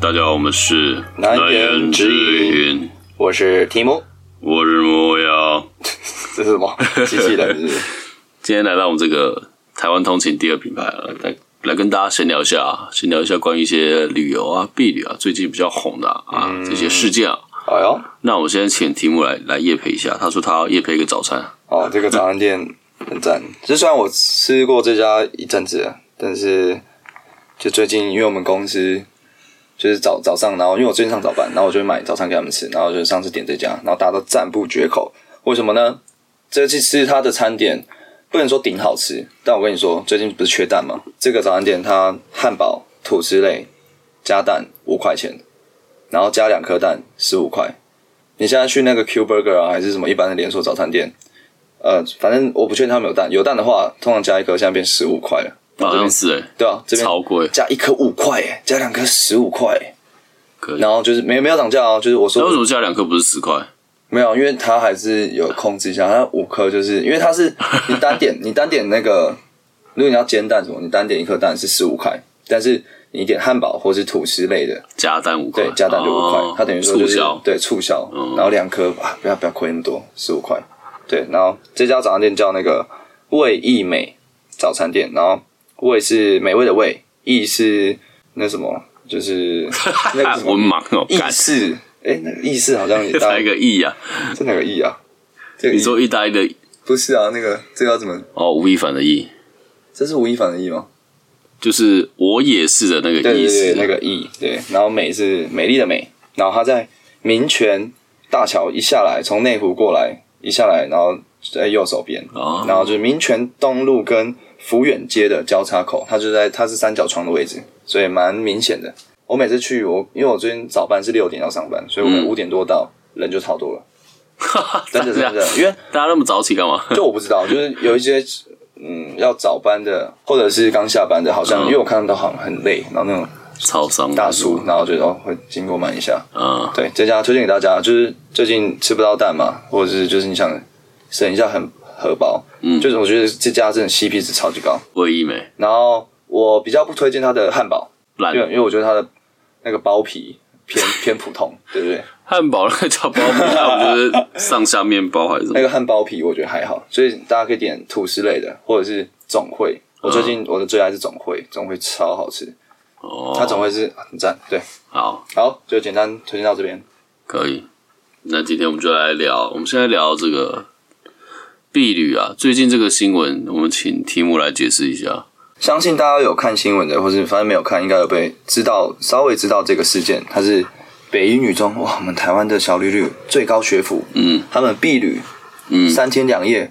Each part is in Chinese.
大家好，我们是南言之云，我是提姆， 我是摩瑶， 这是什么？机器人是不是？ 今天来到我们这个台湾通勤第二品牌了，来跟大家闲聊一下关于一些旅游啊、避旅啊，最近比较红的这些事件啊。 哎呦， 那我先请题目来业配一下，他说他要业配一个早餐。 哦，这个早餐店很赞。就虽然我吃过这家一阵子了，但是就最近因为我们公司就是早上，然后因为我最近上早班，然后我就会买早餐给他们吃，然后就上次点这家，然后大家都赞不绝口。为什么呢？这次吃它的餐点不能说顶好吃，但我跟你说，最近不是缺蛋吗？这个早餐店它汉堡、吐司类加蛋5块钱，然后加2颗蛋15块。你现在去那个 Q Burger 啊，还是什么一般的连锁早餐店，反正我不确定他们有蛋，有蛋的话，通常加1颗，现在变15块了。 好像是对啊，这边超贵， 加1颗5块加2颗15块可以。 然后就是没有涨价哦，就是我说那为什么加2颗不是10块？ 没有，因为它还是有控制一下，它5颗就是因为它是你单点那个，如果你要煎蛋什么，你单点1颗蛋是15块，但是你点汉堡或是吐司类的加蛋5块， 对，加蛋就5块，它等于说就是对促销，然后2颗不要亏那么多，15块，对，然后这家早餐店叫那个味意美早餐店，然后味是美味的味，意是那什么，就是那个什么文盲哦， 意式，那个意式好像也哪一个意啊？ 是哪个意啊？这个你说意大利的不是啊？那个这个要怎么？ 吴亦凡的意， 这是吴亦凡的意吗？ 就是我也是的那个意思， 对，那个意，对。然后美是美丽的美，然后他在民权大桥一下来，从内湖过来一下来，然后在右手边，然后就是民权东路跟福远街的交叉口，它是三角窗的位置，所以蛮明显的。我每次去，因为我最近早班是6点要上班，所以我们5点多到，人就超多了。真的，因为大家那么早起干嘛？ 就我不知道，就是有一些要早班的，或者是刚下班的，好像因为我看到好像很累，然后那种超商大叔，然后就会经过买一下。对，这家推荐给大家，就是最近吃不到蛋嘛，或者是就是你想省一下荷包，就是我觉得这家真的 CP 值超级高， 味意美。 然后我比较不推荐它的汉堡， 烂， 因为我觉得它的那个包皮偏普通，对不对？ 汉堡那个叫包皮，它不是上下面包还是什么？ 那个汉堡皮我觉得还好，所以大家可以点吐司类的，或者是总会。我最近我的最爱是总会超好吃。它总会是很赞，对。好，就简单推荐到这边。 可以。那今天我们就来聊，我们现在聊这个避旅啊，最近这个新闻，我们请题目来解释一下。 相信大家有看新闻的，或是反正没有看，应该有稍微知道这个事件。它是北一女中，哇，我们台湾的小旅旅最高学府，他们避旅，3天2夜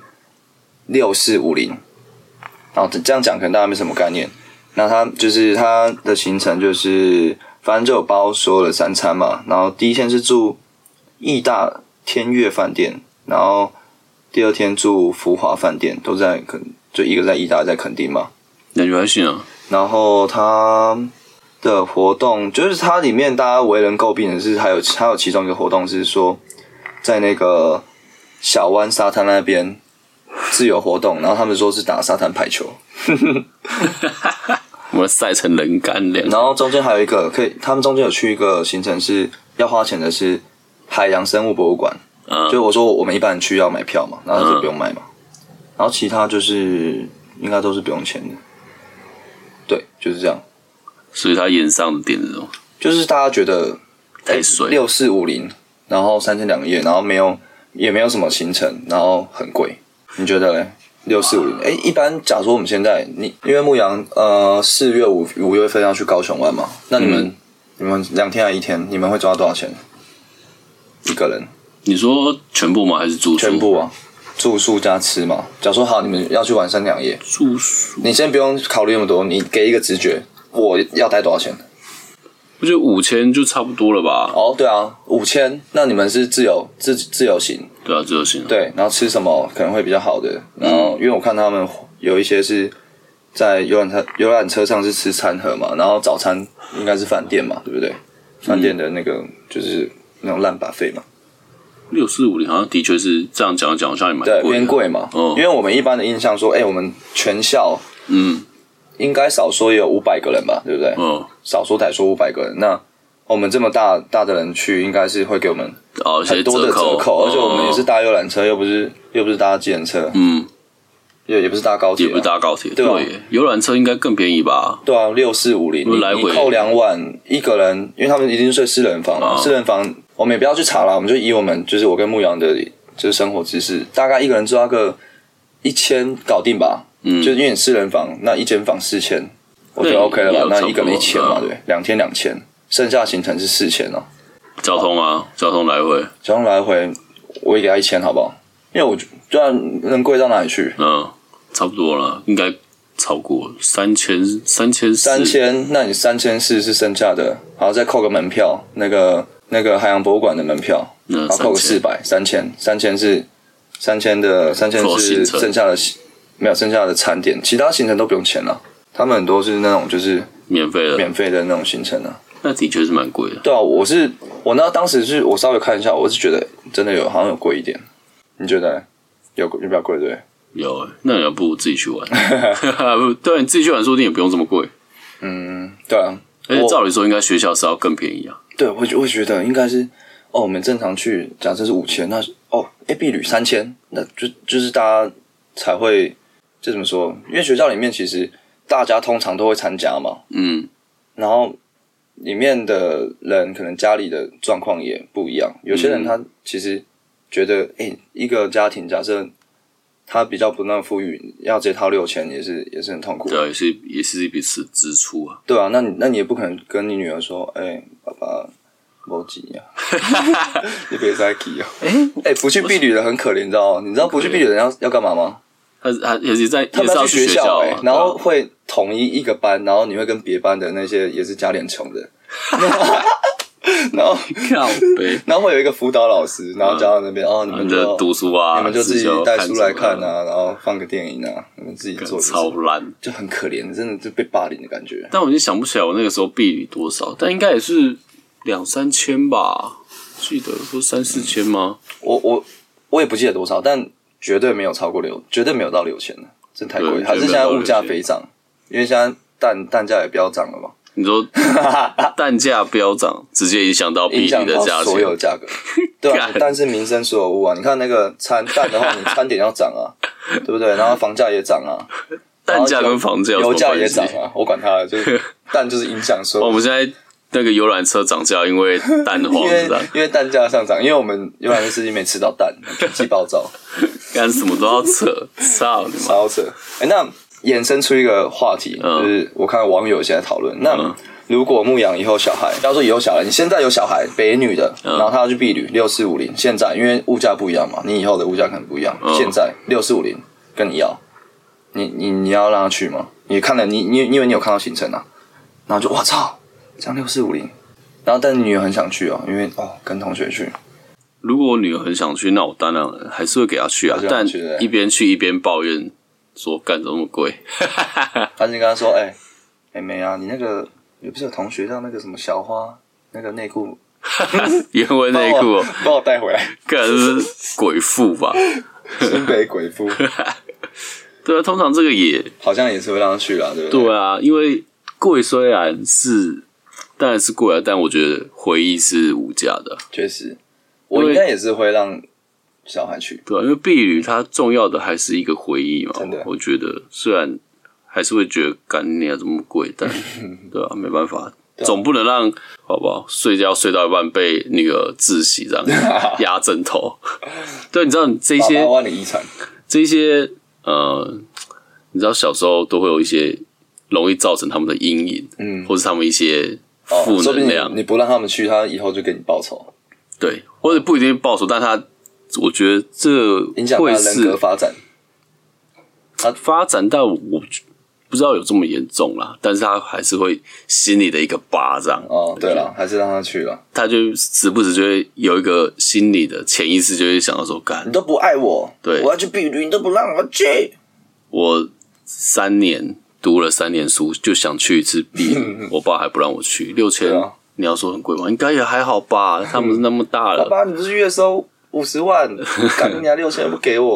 ，6450。然后这样讲可能大家没什么概念。那它的行程就是反正就有包所有的3餐嘛。然后第一天是住义大天悦饭店，然后第2天住福华饭店，都在就一个在义大，在垦丁嘛。 感觉还行啊。 然后它的活动就是它里面大家为人诟病的是，还有其中一个活动是说，在那个小湾沙滩那边自由活动，然后他们说是打沙滩排球。 我们晒成人干粮。 然后中间还有一个他们中间有去一个行程是要花钱的，是海洋生物博物馆。就我说我们一般人去要买票嘛，然后就不用买嘛。然后其他就是应该都是不用钱的。对，就是这样。 所以他演上的点是什么？ 就是大家觉得太水 6450，然后3天2夜，然后也没有什么行程，然后很贵。你觉得嘞？6450，一般假如说我们现在因为牧羊4月5月份要去高雄玩嘛，那你们2天还1天，你们会抓多少钱？一个人？ 你说全部吗？还是住宿？ 全部啊，住宿加吃嘛。假如说好，你们要去玩3天2夜， 住宿， 你先不用考虑那么多，你给一个直觉，我要带多少钱？ 我觉得5000就差不多了吧。 对啊，5000，那你们是自由行。 对啊，自由行。 对，然后吃什么可能会比较好的。然后，因为我看他们有一些是在游览车上是吃餐盒嘛，然后早餐应该是饭店嘛，对不对？饭店的那个就是那种烂buffet嘛。 6450好像的确是这样讲，好像也蛮贵的， 对，偏贵嘛。因为我们一般的印象说，我们全校应该少说也有500个人吧，对不对？少说歹说500个人。那我们这么大的人去，应该是会给我们很多的折扣，而且我们也是搭游览车，又不是搭计程车，也不是搭高铁， 也不是搭高铁， 对吧？ 游览车应该更便宜吧？ 对啊，6450， 来回你扣2万一个人，因为他们一定是睡4人房嘛，4人房我们也不要去查啦，我们就以我们就是我跟牧羊的就是生活知识，大概一个人抓个1000搞定吧，就是因为你4人房，那一间房4000，我觉得 OK 了吧？那一个人1000嘛，对，2天2000，剩下行程是4000哦。 交通啊，交通来回，我也给他1000好不好？因为我就然能贵到哪里去？ 差不多了，应该超过3400， 那你3400是剩下的，好再扣个门票，那个海洋博物馆的门票，然后扣个400，3000是剩下的没有剩下的餐点，其他行程都不用钱了。他们很多是那种就是免费的那种行程啊。 那的确是蛮贵的。 对啊，我那当时是我稍微看一下，我是觉得真的好像有贵一点。你觉得有比较贵对不对？ 有，那你要不如自己去玩。对，你自己去玩说不定也不用这么贵。 对啊。 而且照理说应该学校是要更便宜啊。 对，我觉得应该是我们正常去，假设是5000，那毕旅3000，那就是大家才会这怎么说？因为学校里面其实大家通常都会参加嘛，然后里面的人可能家里的状况也不一样，有些人他其实觉得，一个家庭假设他比较不那么富裕，要这套6000也是很痛苦的， 对，也是一笔支出啊。 对啊，那你也不可能跟你女儿说，爸爸没钱啊，你别再去哦。不去毕旅的很可怜，你知道吗？你知道不去毕旅的人要干嘛吗？ 他也是他们要去学校然后对会统一一个班，然后你会跟别班的那些也是家里穷的，然后会有一个辅导老师，然后教到那边你们就读书啊， 你们就自己带书来看啊，然后放个电影啊，你们自己做， 超烂， 就很可怜，真的就被霸凌的感觉。 但我已经想不起来我那个时候毕旅多少，但应该也是2-3千吧，记得说3-4千吗？ 我也不记得多少，但绝对没有超过绝对没有到6000了，真太贵。还是现在物价飞涨，因为现在蛋价也飙涨了嘛。 你说蛋价飙涨，直接影响到毕旅的价钱， 所有价格。对啊，蛋是民生所有物啊。你看那个蛋的话，你餐点要涨啊，对不对？然后房价也涨啊， 蛋价跟房价有什么关系？ 油价也涨啊，我管它了，就是蛋就是影响所有。 我们现在那个游览车涨价，因为蛋黄因为蛋价上涨，因为我们游览车司机没吃到蛋，脾气暴躁， 干什么都要扯， 超扯。那衍生出一个话题，就是我看网友现在讨论，那如果牧羊以后小孩，不要说以后小孩，你现在有小孩，北女的，然后他要去毕旅6450，现在因为物价不一样嘛，你以后的物价可能不一样，现在6450跟你要，你要让他去吗？你看了你因为你有看到行程啊，然后就我操，这样6450，然后但女儿很想去因为跟同学去。 如果我女儿很想去，那我当然还是会给她去啊，但一边去一边抱怨说干怎么那么贵， 他就跟他说，妹啊，你那个你不是有同学叫那个什么小花那个内裤， 原味内裤帮我带回来， 干是鬼妇吧？ 新北鬼妇。 对啊，通常这个也好像也是会让他去啦，对不对？ 对啊，因为贵虽然是当然是贵啊，但我觉得回忆是无价的。 确实，我应该也是会让小孩去。 对啊，因为毕旅它重要的还是一个回忆嘛。 真的， 我觉得虽然还是会觉得干你啊这么贵，但对啊，没办法。总不能让好不好睡觉睡到一半被那个窒息这样压枕头。对，你知道这些爸爸的遗产， 这些你知道小时候都会有一些容易造成他们的阴影，或是他们一些负能量。 你不让他们去，他以后就给你报仇。 对，或者不一定报仇，但我觉得这影响他的人格发展。 他发展到我不知道有这么严重啦，但是他还是会心里的一个巴掌。 对了，还是让他去了。 他就时不时就会有一个心理的潜意识，就会想到说：“干， 你都不爱我， 对， 我要去避旅，你都不让我去。” 我读了3年书，就想去一次避旅，我爸还不让我去，6000，你要说很贵吗？应该也还好吧，他们是那么大了。 爸爸，你不是月收50万，干你娘6000不给我？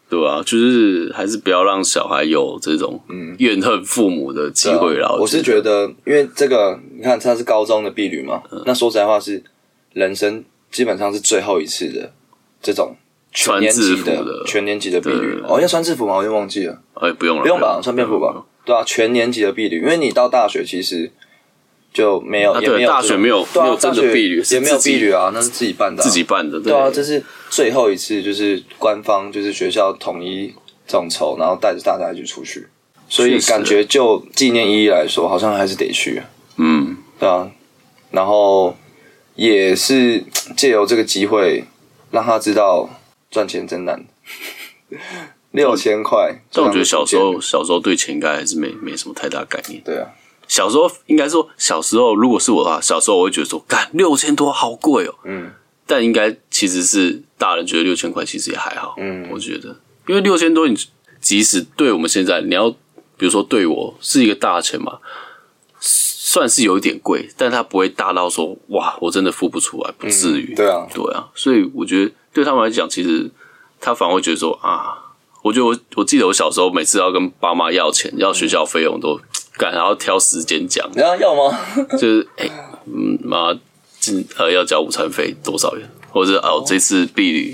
对啊，就是还是不要让小孩有这种怨恨父母的机会啦。 我是觉得，因为这个你看他是高中的毕旅嘛，那说实在话是人生基本上是最后一次的这种全年级的毕旅。哦，要穿制服吗？我有点忘记了。 不用了， 不用吧，穿便服吧。对啊，全年级的毕旅，因为你到大学其实就没有，也没有大学没有真的毕旅， 也没有毕旅啊，那是自己办的， 自己办的。 对啊，这是最后一次，就是官方就是学校统一众筹，然后带着大家一起出去，所以感觉就纪念意义来说，好像还是得去。对啊，然后也是借由这个机会让他知道赚钱真难。6000块， 但我觉得小时候对钱应该还是没什么太大概念。 对啊， 小时候应该说，小时候如果是我的话，小时候我会觉得说，干6000多好贵哦。但应该其实是大人觉得6000块其实也还好。我觉得，因为6000多，你即使对我们现在，你要比如说对我是一个大钱嘛，算是有一点贵，但它不会大到说哇，我真的付不出来，不至于。 对啊， 所以我觉得对他们来讲，其实他反而会觉得说啊。我觉得我记得我小时候每次要跟爸妈要钱，要学校费用都还要挑时间讲。 要吗？ 就是妈，要交午餐费多少元，或者这次毕旅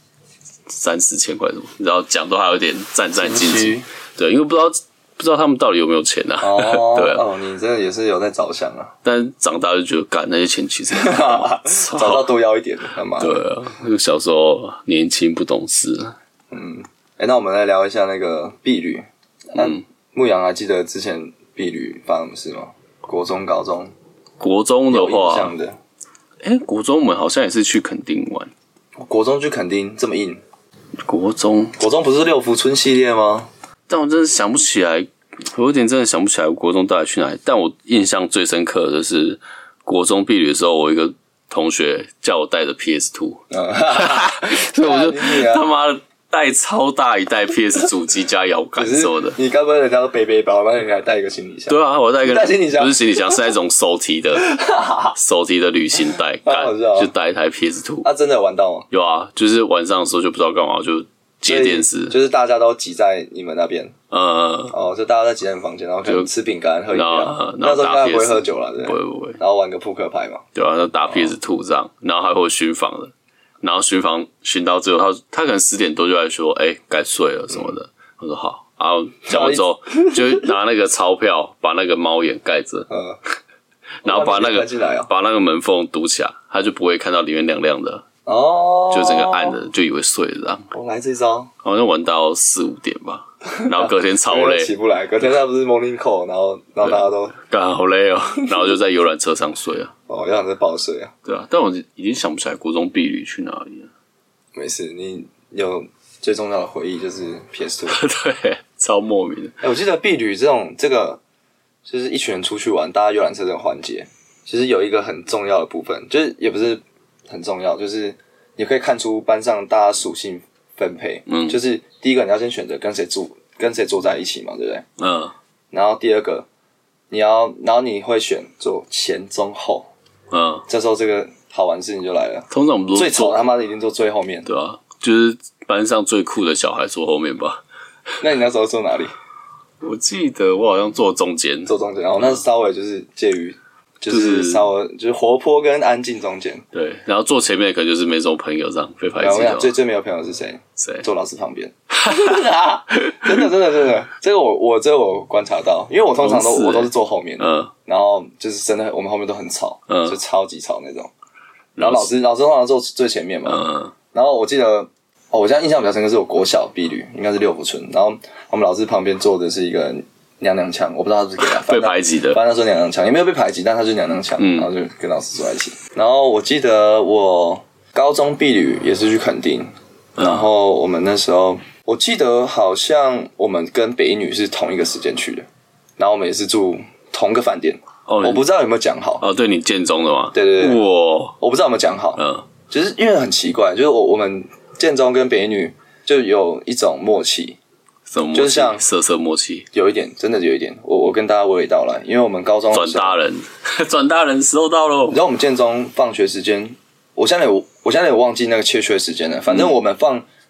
3-4千块什么，然后讲都还有点战战兢兢。对，因为不知道他们到底有没有钱啊。对啊。 你这也是有在着想啊。但长大就觉得干那些钱其实找到多要一点干嘛？ 对啊，小时候年轻不懂事。 那我们来聊一下那个毕旅。牧羊还记得之前毕旅发生什么事吗？国中、高中？ 国中的话， 有印象的。 国中我们好像也是去垦丁玩。 国中去垦丁这么硬？ 国中不是六福村系列吗？ 但我真的想不起来，我有点真的想不起来国中到底去哪里。但我印象最深刻的就是国中毕旅的时候，我一个同学叫我带着 PS2，所以我就他妈的。带超大一袋 PS 主机加摇杆什么的， 你该不会人家都背包，那你还带一个行李箱？ 对啊，我带一个行李箱， 不是行李箱，是那种手提的旅行袋，就带一台 PS2。 真的有玩到吗？ 有啊，就是晚上的时候就不知道干嘛，就接电视， 就是大家都挤在你们那边，就大家在挤在你房间，然后可能吃饼干、喝饮料，那时候应该不会喝酒了，对不会， 然后玩个扑克牌嘛， 对啊，就打 PS2这样，然后还会巡房的。然后巡到最后，他可能10点多就来说，该睡了什么的。我说好，然后讲完之后，就拿那个钞票把那个猫眼盖着，然后把那个门缝堵起来，他就不会看到里面亮亮的。就整个暗的，就以为睡了这样。 我来这招， 好像玩到4-5点吧，然后隔天超累， 起不来。隔天他不是 morning call， 然后大家都干好累哦，然后就在游览车上睡啊。 有想在爆睡啊。对啊，但我已经想不起来国中毕旅去哪里了。 没事，你有最重要的回忆就是 PS2。 对，超莫名的。 我记得毕旅这个就是一群人出去玩，大家游览车这个环节，其实有一个很重要的部分，就是也不是很重要，就是你可以看出班上大家属性分配。就是第一个你要先选择跟谁坐在一起嘛，对不对？然后第二个然后你会选坐前中后。这时候这个好玩的事情就来了。通常我们最丑他妈的一定坐最后面。 对啊，就是班上最酷的小孩坐后面吧。 那你那时候坐哪里？ 我记得我好像坐中间， 然后那稍微就是介于。就是稍微就是活泼跟安静中间，对， 然后坐前面可能就是没什么朋友这样被排挤。 我想最没有朋友是谁？坐老师旁边。真的，这个我观察到，因为我通常我都是坐后面的，然后就是真的我们后面都很吵，就超级吵那种。然后老师通常坐最前面嘛，然后我记得我现在印象比较深刻是我国小毕旅，应该是六福村，然后我们老师旁边坐的是一个。娘娘腔，我不知道是不是给他被排挤的， 反正他说娘娘腔，也没有被排挤，但他就是娘娘腔，然后就跟老师坐在一起。然后我记得我高中毕旅也是去垦丁，然后我们那时候我记得好像我们跟北一女是同一个时间去的，然后我们也是住同个饭店。我不知道有没有讲好。 对，你建中的吗？ 对，我不知道有没有讲好。就是因为很奇怪，就是我们建中跟北一女就有一种默契。 就是像色默契， 有一点，真的有一点。我跟大家娓娓道来，因为我们高中转大人时候到了。 你知道我们建中放学时间，我现在也忘记那个确切时间了。反正我们放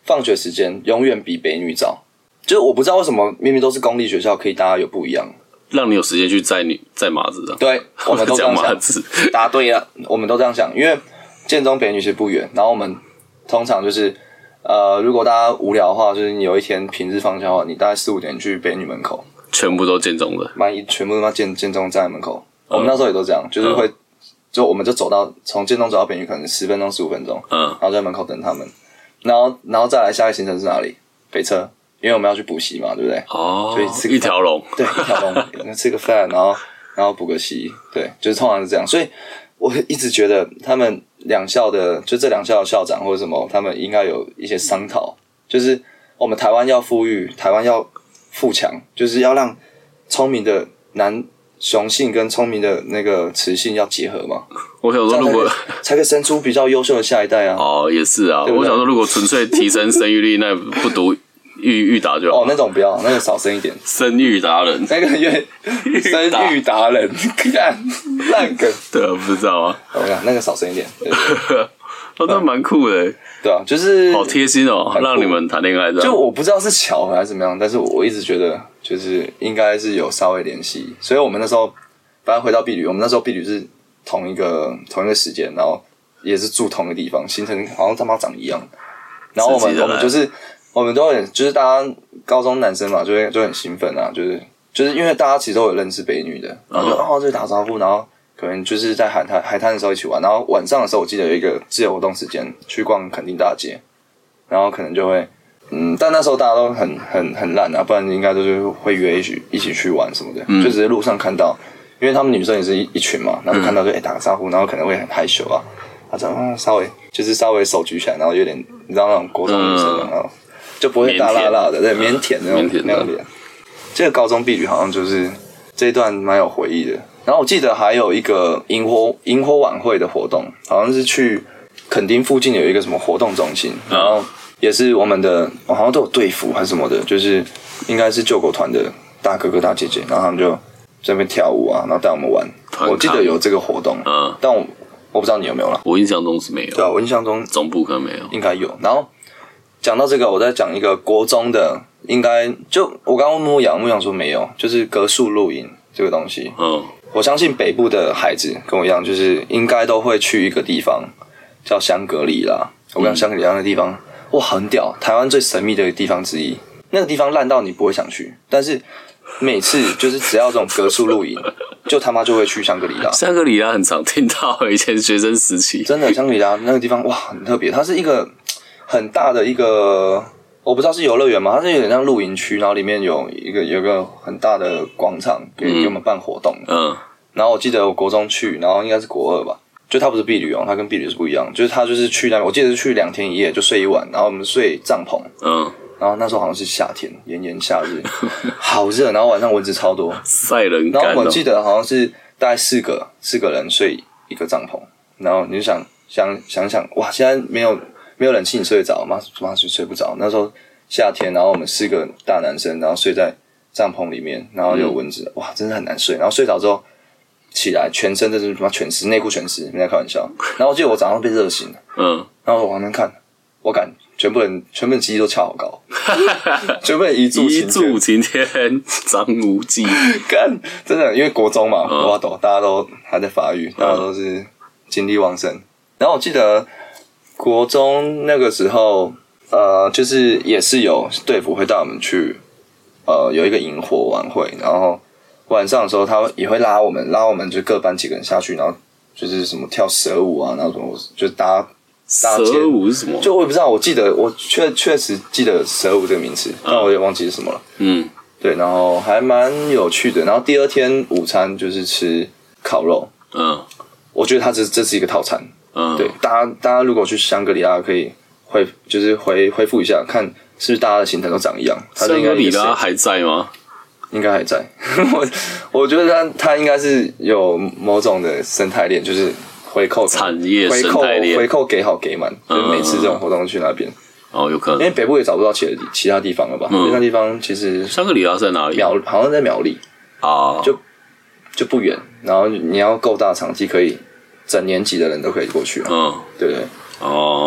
放学时间永远比北女早。就是我不知道为什么明明都是公立学校，可以大家有不一样， 让你有时间去载马子的。 对，我们都这样想。答对了，我们都这样想，因为建中北女其实不远，然后我们通常就是如果大家无聊的话，就是你有一天平日放假的话，你大概4、5点去北女门口， 全部都建中的， 全部都建中站在门口。我们那时候也都这样，就是会就我们就从建中走到北女可能10分钟15分钟，然后在门口等他们，然后再来下一个行程是哪里？北车。因为我们要去补习嘛，对不对？ 哦， 所以吃一条龙， 对，一条龙，吃个饭，然后补个习，对，就是通常是这样。所以我一直觉得他们两校的，就这两校的校长或者什么，他们应该有一些商讨，就是我们台湾要富裕，台湾要富强，就是要让聪明的雄性跟聪明的那个雌性要结合嘛。 我想说，如果才可以生出比较优秀的下一代啊。 哦，也是啊。我想说，如果纯粹提升生育率，那不读育达就好。 哦，那种不要，那个少生一点。 生育达人， 那个生育达人，看烂梗。 对啊，不知道啊。 我看那个少生一点。 哦，那蛮酷的。 对啊，就是好贴心哦，让你们谈恋爱这样。 就我不知道是巧合还是怎么样，但是我一直觉得就是应该是有稍微联系，所以我们那时候反正回到碧旅，我们那时候碧旅是同一个时间，然后也是住同一个地方，行程好像他妈长一样。然后我们我们都很就是大家高中男生嘛，就很兴奋啊，就是因为大家其实都有认识北女的，然后就打招呼，然后可能就是在海滩的时候一起玩，然后晚上的时候我记得有一个自由活动时间去逛垦丁大街，然后可能就会但那时候大家都很烂啊，不然应该都是会约一起去玩什么的，就只是路上看到，因为他们女生也是一群嘛，然后就看到就打个招呼，然后可能会很害羞啊，稍微手举起来，然后有点你知道那种国中女生，然后就不会大辣辣的，对，腼腆那种脸。这个高中碧旅好像就是这一段蛮有回忆的。然后我记得还有一个萤火晚会的活动，好像是去垦丁附近有一个什么活动中心，然后也是我们的好像都有队服还是什么的，就是应该是救国团的大哥哥大姐姐，然后他们就在那边跳舞啊，然后带我们玩。我记得有这个活动，但我不知道你有没有啦。 我印象中是没有。 对啊，我印象中总部可能没有， 应该有。然后讲到这个，我再讲一个国中的，应该就我刚刚问牧羊说没有，就是格数露营这个东西。我相信北部的孩子跟我一样，就是应该都会去一个地方叫香格里拉。我讲香格里拉的地方，哇，很屌，台湾最神秘的地方之一。那个地方烂到你不会想去，但是每次就是只要这种格数露营，就他妈就会去香格里拉。 香格里拉很常听到，以前学生时期真的香格里拉那个地方哇很特别，它是一个很大的一个，我不知道是游乐园吗？它是有点像露营区，然后里面有一个很大的广场给我们办活动。然后我记得我国中去，然后应该是国2吧，就它不是碧旅哦，它跟碧旅是不一样，就是它就是去那边，我记得是去2天1夜，就睡一晚，然后我们睡帐篷。然后那时候好像是夏天，炎炎夏日，好热，然后晚上蚊子超多， 晒人干。 然后我记得好像是大概4个人睡一个帐篷，然后你就想哇，现在没有冷气，你睡得着吗？妈睡不着。那时候夏天，然后我们4个大男生，然后睡在帐篷里面，然后有蚊子，哇，真的很难睡。然后睡着之后起来，全身真是他妈全湿，内裤全湿，没在开玩笑。然后我记得我早上被热醒了，然后我往那边看，我感全部人记忆都翘好高，全部人一柱擎天， 张无忌， 干真的，因为国中嘛，大家都还在发育，大家都是精力旺盛。然后我记得国中那个时候，就是也是有队服会带我们去，有一个萤火晚会，然后晚上的时候他也会拉我们就各班几个人下去，然后就是什么跳蛇舞啊，然后什么就是搭蛇舞是什么？ 就我也不知道，我记得我确实记得蛇舞这个名词，但我也忘记是什么了。对，然后还蛮有趣的。然后第2天午餐就是吃烤肉。我觉得这是一个套餐。对，大家如果去香格里拉可以恢复一下，看是不是大家的行程都长一样。 香格里拉还在吗？ 应该还在。我觉得它应该是有某种的生态链，就是回扣产业生态链， 回扣给好给满，就是每次这种活动去那边。 有可能， 因为北部也找不到其他地方了吧？其他地方其实香格里拉在哪里？ 好像在苗栗啊，就不远。然后你要够大场地，可以整年级的人都可以过去啊。对不对？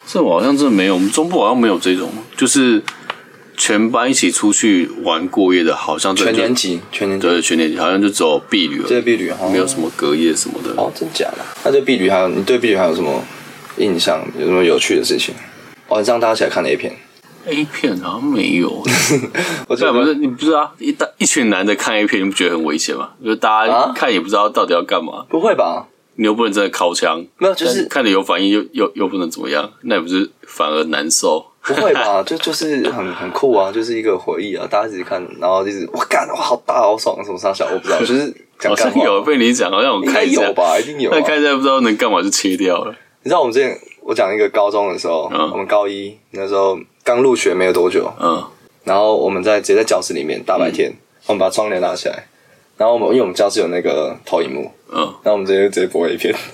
这我好像真的没有，我们中部好像没有这种，就是全班一起出去玩过夜的，好像全年级对全年级好像就只有毕旅， 这毕旅没有什么隔夜什么的。 哦，真假的？那对毕旅你对毕旅还有什么印象？有什么有趣的事情？晚上大家起来看 A 片。 A 片好像没有， 我觉得不是你不是啊？一群男的看 A 片，你不觉得很危险吗？就是大家看也不知道到底要干嘛。 不会吧？ 你又不能真的靠枪， 没有，就是看你有反应又不能怎么样，那也不是反而难受？ 不会吧？就是很酷啊，就是一个回忆啊，大家一起看，然后就是哇干哇好大好爽，什么啥小我不知道，就是讲干话。 好像有被你讲，好像我看一下应该有吧，一定有、啊。 但看一下不知道能干嘛就切掉了。 你知道我们之前我讲一个高中的时候，我们高一那时候刚入学没有多久，然后我们直接在教室里面大白天，我们把窗帘拉起来。然后因为我们教室有那个投影幕，然后我们直接播 A 片，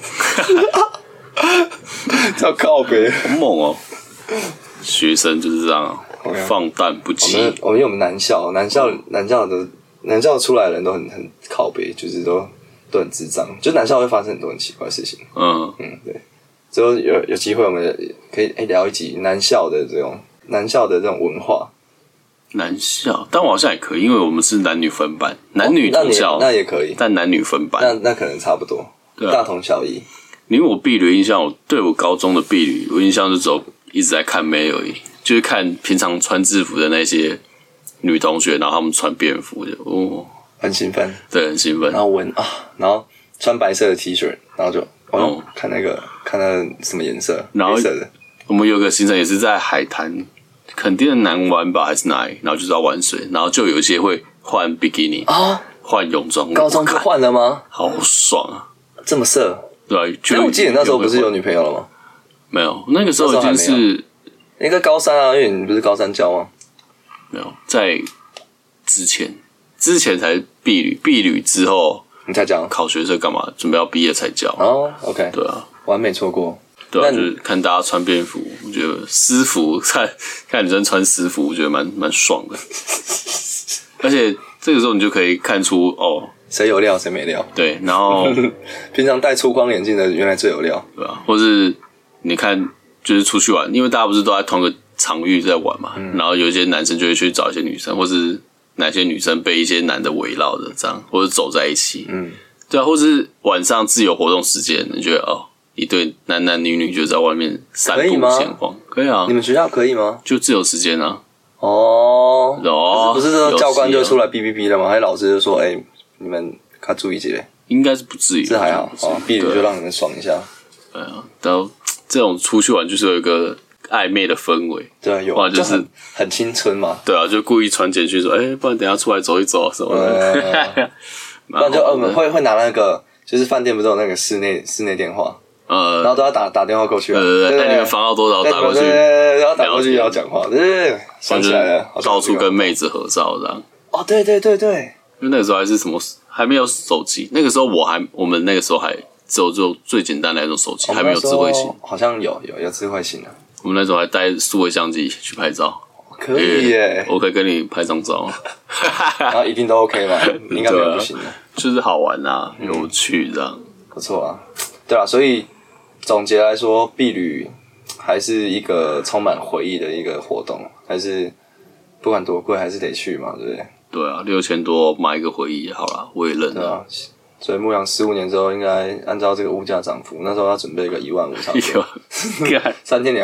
叫靠北， 好猛哦！学生就是这样，放荡不羁。 因为我们男校出来的人都很靠北，就是都很智障，就男校会发生很多很奇怪的事情。对。之后有机会我们可以聊一集男校的这种文化。 男校，但我好像也可以，因为我们是男女分班，男女同校， 那也可以， 但男女分班， 那可能差不多，对啊，大同小异。 因为我毕旅印象，我对我高中的毕旅，我印象就只有一直在看妹而已，就是看平常穿制服的那些女同学，然后他们穿便服的， 很兴奋， 对，很兴奋。 然后然后穿白色的 T 恤，然后就看那什么颜色， 然后黑色的。 我们有个行程也是在海滩。垦丁的南湾吧，还是哪里？然后就是要玩水，然后就有一些会换比基尼啊，换泳装。 高中就换了吗？ 好爽啊！ 这么色？ 对啊， 我记得那时候不是有女朋友了吗？ 没有，那个时候已经是应该高三啊，因为你不是高三交吗？ 没有，在之前才毕旅，毕旅之后你才交考学测干嘛？准备要毕业才交。 哦 ，OK， 对啊， 完美错过。 对啊，就是看大家穿便服，我觉得私服看女生穿私服，我觉得蛮爽的。而且这个时候你就可以看出谁有料谁没料。 对，然后平常戴粗框眼镜的原来最有料， 对吧？或是你看，就是出去玩，因为大家不是都在同一个场域在玩嘛，然后有一些男生就会去找一些女生，或是哪些女生被一些男的围绕着这样，或者走在一起，对啊，或是晚上自由活动时间，你觉得一对男女就在外面散步闲晃，可以啊。 你们学校可以吗？ 就自由时间啊。 不是说教官就出来哔哔哔了吗？还有老师就说：“你们看注意一点。” 应该是不至于， 这还好。毕旅就让你们爽一下。 对啊，然后这种出去玩就是有一个暧昧的氛围， 对啊，有，就是很青春嘛。 对啊，就故意传简讯说：“不然等一下出来走一走什么的。” 不然就会拿那个，就是饭店不是有那个室内电话。然后都要打电话过去， 对，你们房号多少打过去， 然后打过去要讲话，对，想起来了， 到处跟妹子合照这样。 对， 因为那个时候还是什么，还没有手机，那个时候我们那个时候还只有最简单的那种手机，还没有智慧型， 好像有智慧型的。 我们那时候还带数位相机去拍照， 可以耶， 我可以跟你拍张照， 然后一定都 OK 嘛，应该没有不行的， 就是好玩啊，有趣这样， 不错啊，对啊，所以。总结来说，毕旅还是一个充满回忆的一个活动，还是不管多贵还是得去嘛，对不对？ 对啊，6000多买一个回忆好啦，我也认了。 啊，所以牧羊15年之后，应该按照这个物价涨幅，那时候要准备一个15000差不多。3天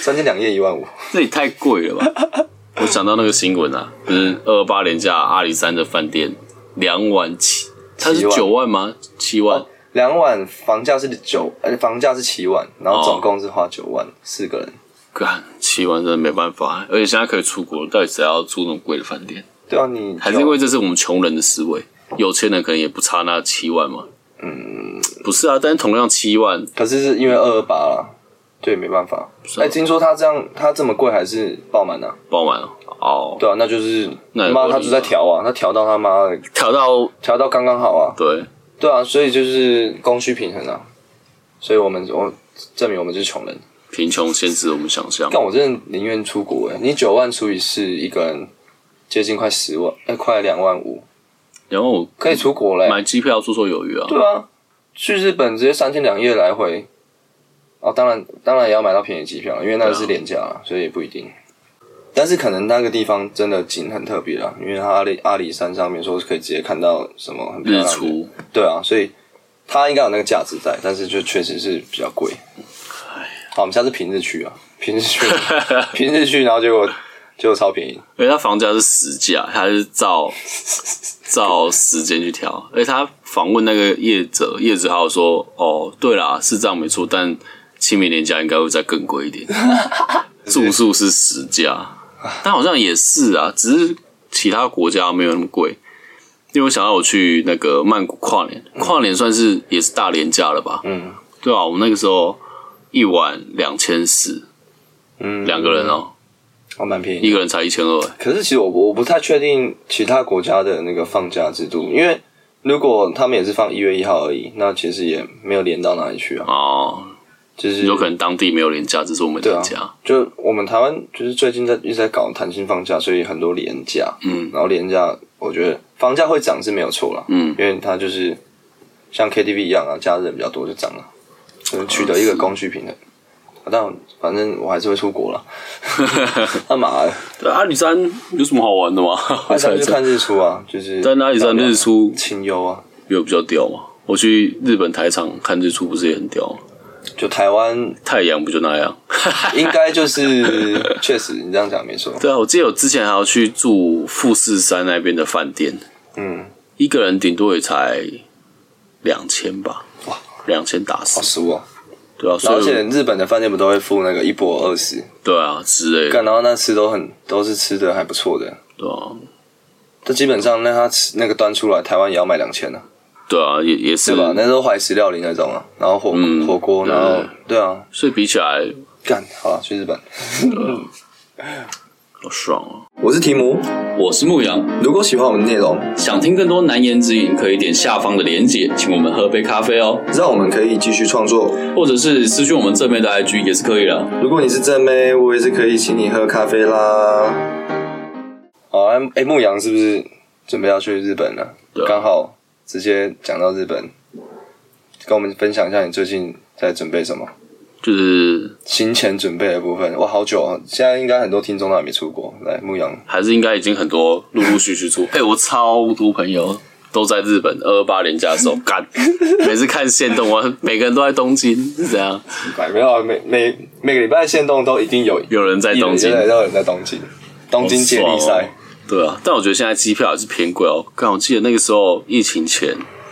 2夜15000， 这也太贵了吧！我想到那个新闻啊，就是228连假阿里山的饭店2晚7，它是9万吗？7万。 2晚房价是房价是7万，然后总共是花9万，4个人。 干7万真的没办法，而且现在可以出国，到底谁要住那么贵的饭店？ 对啊，你还是因为这是我们穷人的思维，有钱人可能也不差那7万嘛。不是啊，但是同样7万， 可是因为228啦，对，没办法。听说他这么贵还是爆满啊？ 爆满了对啊，那就是他就在调啊，他调到他妈调到刚刚好啊。 对啊，所以就是供需平衡啊，所以我证明我们就是穷人， 贫穷限制我们想象。 但我真的宁愿出国你9万除以4，一个人接近快10万，快2万5， 然后可以出国嘞， 买机票绰绰有余啊。 对啊，去日本直接3天2夜来回哦，当然也要买到便宜机票，因为那个是廉价啦，所以也不一定。但是可能那个地方真的景很特别啦，因为它阿里山上面说可以直接看到什么很漂亮的日出，对啊，所以它应该有那个价值在，但是就确实是比较贵。好，我们下次平日去啊，平日去，然后结果超便宜， 因为它房价是实价，它是照时间去调。而且他访问那个业者还有说，哦，对啦，是这样没错，但清明年假应该会再更贵一点，住宿是实价。但好像也是啊，只是其他国家没有那么贵。因为我想到我去那个曼谷跨年算是也是大廉价了吧？嗯，对啊，我们那个时候一晚2400，两个人哦， 蛮便宜， 一个人才1200。 可是其实我不太确定其他国家的那个放假制度，因为如果他们也是放1月1号而已，那其实也没有连到哪里去啊。 哦。就是有可能当地没有连假，只是我们连假。 就我们台湾就是最近一直在搞弹性放假，所以很多连假。然后连假，我觉得房价会涨是没有错啦。因为它就是像 KTV 一样啊，假日比较多就涨了，就是取得一个供需平衡。但反正我还是会出国了。干嘛？ 对，阿里山有什么好玩的吗？ 阿里山就看日出啊，就是在阿里山日出清幽啊， 有比较屌吗？我去日本台场看日出，不是也很屌吗？ 就台湾太阳不就那样？ 应该就是确实，你这样讲没错。 对啊，我记得我之前还要去住富士山那边的饭店，一个人顶多也才2000吧，哇，2000打死， 好熟哦。 对啊， 而且日本的饭店不都会付那个1博20？ 对啊，之类的。 然后那吃都是吃的还不错的。 对啊， 这基本上那他吃那个端出来，台湾也要卖2000啊。对啊，也是吧？那都怀石料理那种啊，然后火锅，然后对啊， 所以比起来， 好了，去日本， 好爽啊！ 我是提姆， 我是牧羊。 如果喜欢我们的内容， 想听更多难言之隐，可以点下方的连结，请我们喝杯咖啡哦， 让我们可以继续创作， 或者是私讯我们正妹的 IG 也是可以的。 如果你是正妹，我也是可以请你喝咖啡啦。好，牧羊是不是准备要去日本了？刚好。直接讲到日本，跟我们分享一下你最近在准备什么？ 就是行前准备的部分。哇，好久啊！现在应该很多听众都还没出国。来，牧羊还是应该已经很多陆陆续续出。我超多朋友都在日本228连假的时候干，每次看限动，我每个人都在东京，是怎样？ 没有，每个礼拜限动都一定有人在东京， 都有人在东京，东京接力赛。 对啊，但我觉得现在机票还是偏贵哦。刚我记得那个时候疫情前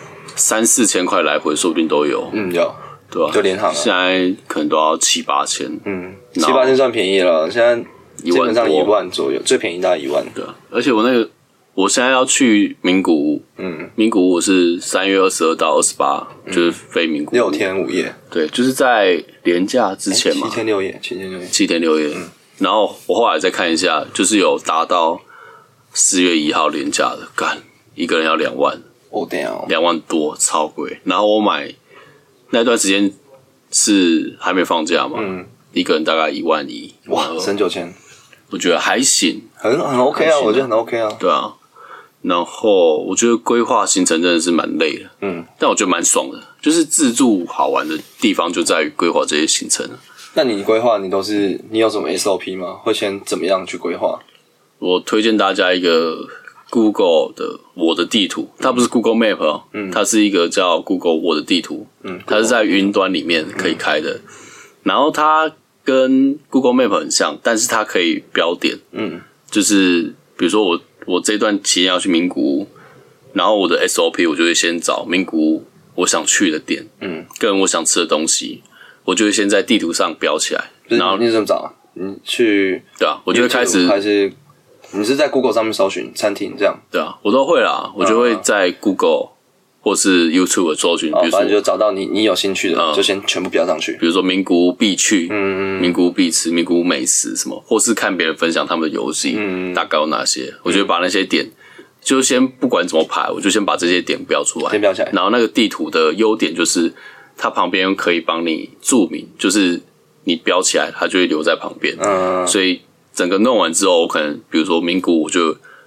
3-4千块来回，说不定都有。 有， 对吧？ 就联航现在可能都要7-8千。 7-8千算便宜了。现在基本上1万左右，最便宜大概1万。 对啊，而且我现在要去名古屋。名古屋我是3月22到28，就是飞名古屋 6天5夜。 对，就是在连假之前嘛。 7天6夜。 7天6夜。然后我后来再看一下，就是有达到4月1号连假的，干一个人要2万，2万多，超贵。然后我买那段时间是还没放假嘛，一个人大概11000， 哇，省9000， 我觉得还行， 很 OK 啊，我觉得很 OK 啊， 对啊。然后我觉得规划行程真的是蛮累的，但我觉得蛮爽的，就是自助好玩的地方就在于规划这些行程。 那你规划你有什么 SOP 吗？会先怎么样去规划？ 我推荐大家一个 Google 的我的地图，它不是 Google Map 哦，它是一个叫 Google 我的地图，它是在云端里面可以开的，然后它跟 Google Map 很像，但是它可以标点，就是比如说我这段期间要去名古屋，然后我的 SOP 我就会先找名古屋我想去的点，跟我想吃的东西，我就会先在地图上标起来，然后你怎么找啊？你去对啊，我就会开始还是你是在 Google 上面搜寻餐厅这样？ 对啊，我都会啦，我就会在 Google 或是 YouTube 搜寻，比如说反正就找到你有兴趣的，就先全部标上去。 比如说名古屋必去，名古屋必吃，名古屋美食什么，或是看别人分享他们的游戏，大概有哪些，我就把那些点就先不管怎么排，我就先把这些点标出来， 先标起来。 然后那个地图的优点就是它旁边可以帮你注明，就是你标起来，它就会留在旁边。所以整个弄完之后，我可能比如说名古屋，我就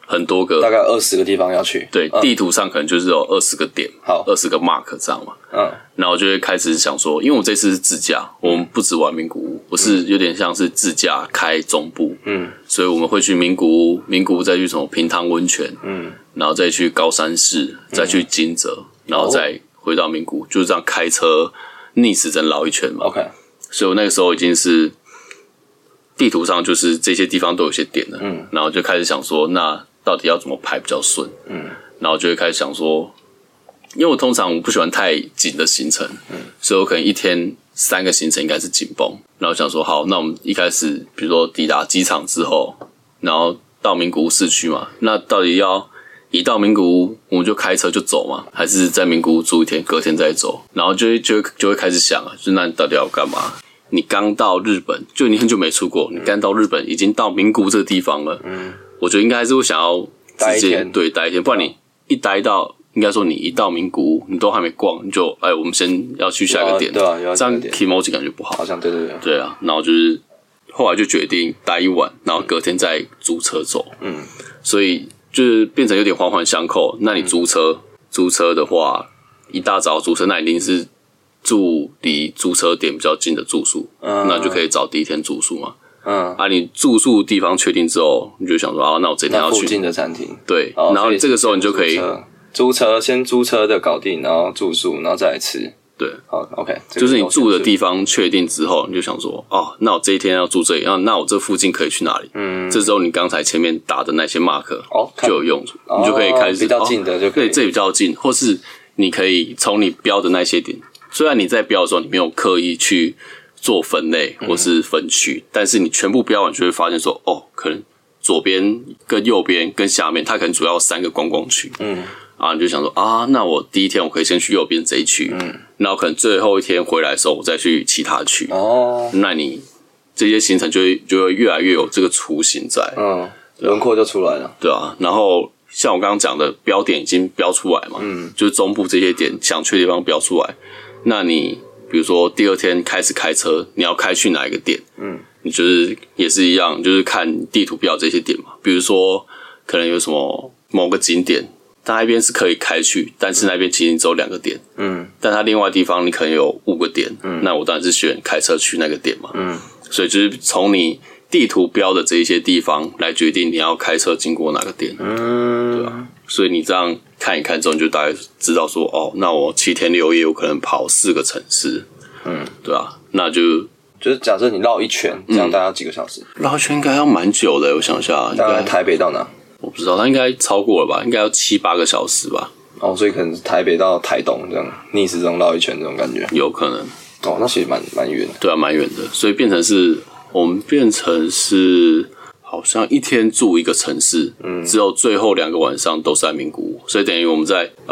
很多个， 大概20个地方要去。 对，地图上可能就是有20个点， 好 ，20个 mark 这样嘛。然后我就会开始想说，因为我这次是自驾，我们不只玩名古屋，我是有点像是自驾开中部，所以我们会去名古屋再去什么平汤温泉，然后再去高山市，再去金泽，然后再回到名古屋，就是这样开车逆时针绕一圈嘛。 OK， 所以我那个时候已经是地图上就是这些地方都有些点了，然后就开始想说，那到底要怎么排比较顺？然后就会开始想说，因为我通常我不喜欢太紧的行程，所以我可能一天3个行程应该是紧绷。然后想说，好，那我们一开始比如说抵达机场之后，然后到名古屋市区嘛，那到底要一到名古屋我们就开车就走嘛，还是在名古屋住一天，隔天再走？然后就会开始想啊，就那你到底要干嘛？你刚到日本，就你很久没出国，你刚到日本已经到名古屋这个地方了，我觉得应该还是会想要直接待一天，不然你一待到，应该说你一到名古屋，你都还没逛，你就我们先要去下一个点， 对啊， 这样 kimoji 感觉不好， 好像对， 对啊，然后就是后来就决定待一晚，然后隔天再租车走，所以就是变成有点环环相扣。那你租车的话，一大早租车，那一定是住离租车点比较近的住宿，那就可以找第一天住宿嘛。你住宿地方确定之后，你就想说那我这天要去附近的餐厅， 对，然后这个时候你就可以先租车的搞定，然后住宿，然后再来吃。 对， 好 ，OK， 就是你住的地方确定之后，你就想说，那我这一天要住这里，那我这附近可以去哪里？这时候你刚才前面打的那些 mark 就有用，你就可以开始比较近的就可以， 对，这里比较近，或是你可以从你标的那些点，虽然你在标的时候你没有刻意去做分类或是分区，但是你全部标完就会发现说，可能左边跟右边跟下面，它可能主要3个观光区，你就想说那我第一天我可以先去右边这一区，然后可能最后一天回来的时候我再去其他区，那你这些行程就会越来越有这个雏形在， 轮廓就出来了， 对啊，然后像我刚刚讲的标点已经标出来嘛，就是中部这些点想去的地方标出来，那你比如说第二天开始开车，你要开去哪一个点？你就是也是一样，就是看地图标这些点嘛。比如说可能有什么某个景点，它那边是可以开去，但是那边其实只有2个点，但它另外地方你可能有5个点，那我当然是选开车去那个点嘛，所以就是从你地图标的这一些地方来决定你要开车经过哪个点，对吧？所以你这样看一看之后，你就大概知道说，那我7天6夜，我可能跑4个城市，对吧？那就是假设你绕一圈，这样大概要几个小时？ 绕一圈应该要蛮久的，我想一下， 大概台北到哪？ 我不知道，它应该超过了吧？应该要7、8个小时吧？ 所以可能是台北到台东这样逆时钟绕一圈这种感觉， 有可能。 那其实蛮远的。 对啊，蛮远的，所以我们变成是好像一天住一个城市，只有最后2个晚上都是在名古屋，所以等于我们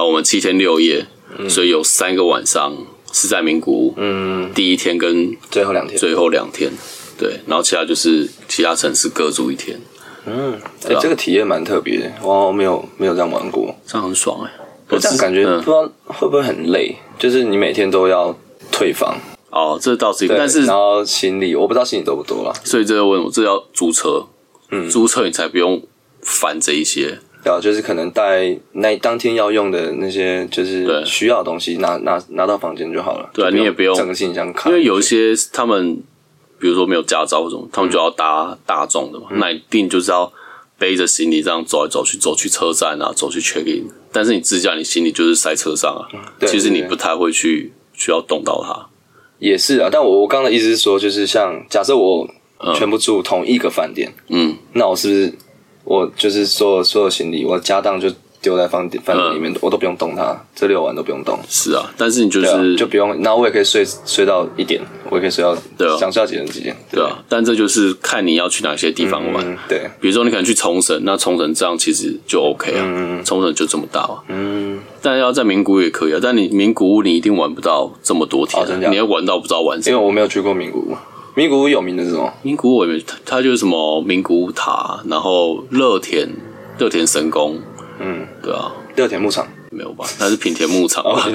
7天6夜，所以有3个晚上是在名古屋，第一天跟最后2天，对，然后其他就是其他城市各住1天。 这个体验蛮特别的，我没有这样玩过， 这样很爽这样感觉不知道会不会很累，就是你每天都要退房。 这倒是一个，但是然后行李我不知道行李多不多啦， 所以这个问我这要租车，租车你才不用烦这一些。 就是可能带当天要用的那些就是需要的东西拿到房间就好了。 对啊，你也不用整个行李箱卡， 因为有一些他们比如说没有驾照或什么，他们就要搭大众的嘛，那一定就是要背着行李这样走来走去车站啊，走去 check in。但是你自驾，你行李就是塞车上啊，其实你不太会需要动到它。 也是啊，但我刚刚的意思是说，就是像假设我全部住同一个饭店，那我是不是我就是所有行李，我家当就丢在饭店里面，我都不用动它，这6晚都不用动。 是啊，但是你就是就不用，然后我也可以睡到1点，我也可以睡到想睡到几点。 对啊，但这就是看你要去哪些地方玩。 对， 比如说你可能去冲绳，那冲绳这样其实就 OK 啊，冲绳就这么大嘛。但要在名古屋也可以啊，但你名古屋你一定玩不到这么多天，你要玩到不知道玩什么。 因为我没有去过名古屋。名古屋有名的是什么？ 名古屋它就是什么名古屋塔，然后乐田神宫，对啊， 乐田牧场， 没有吧？那是品田牧场吧？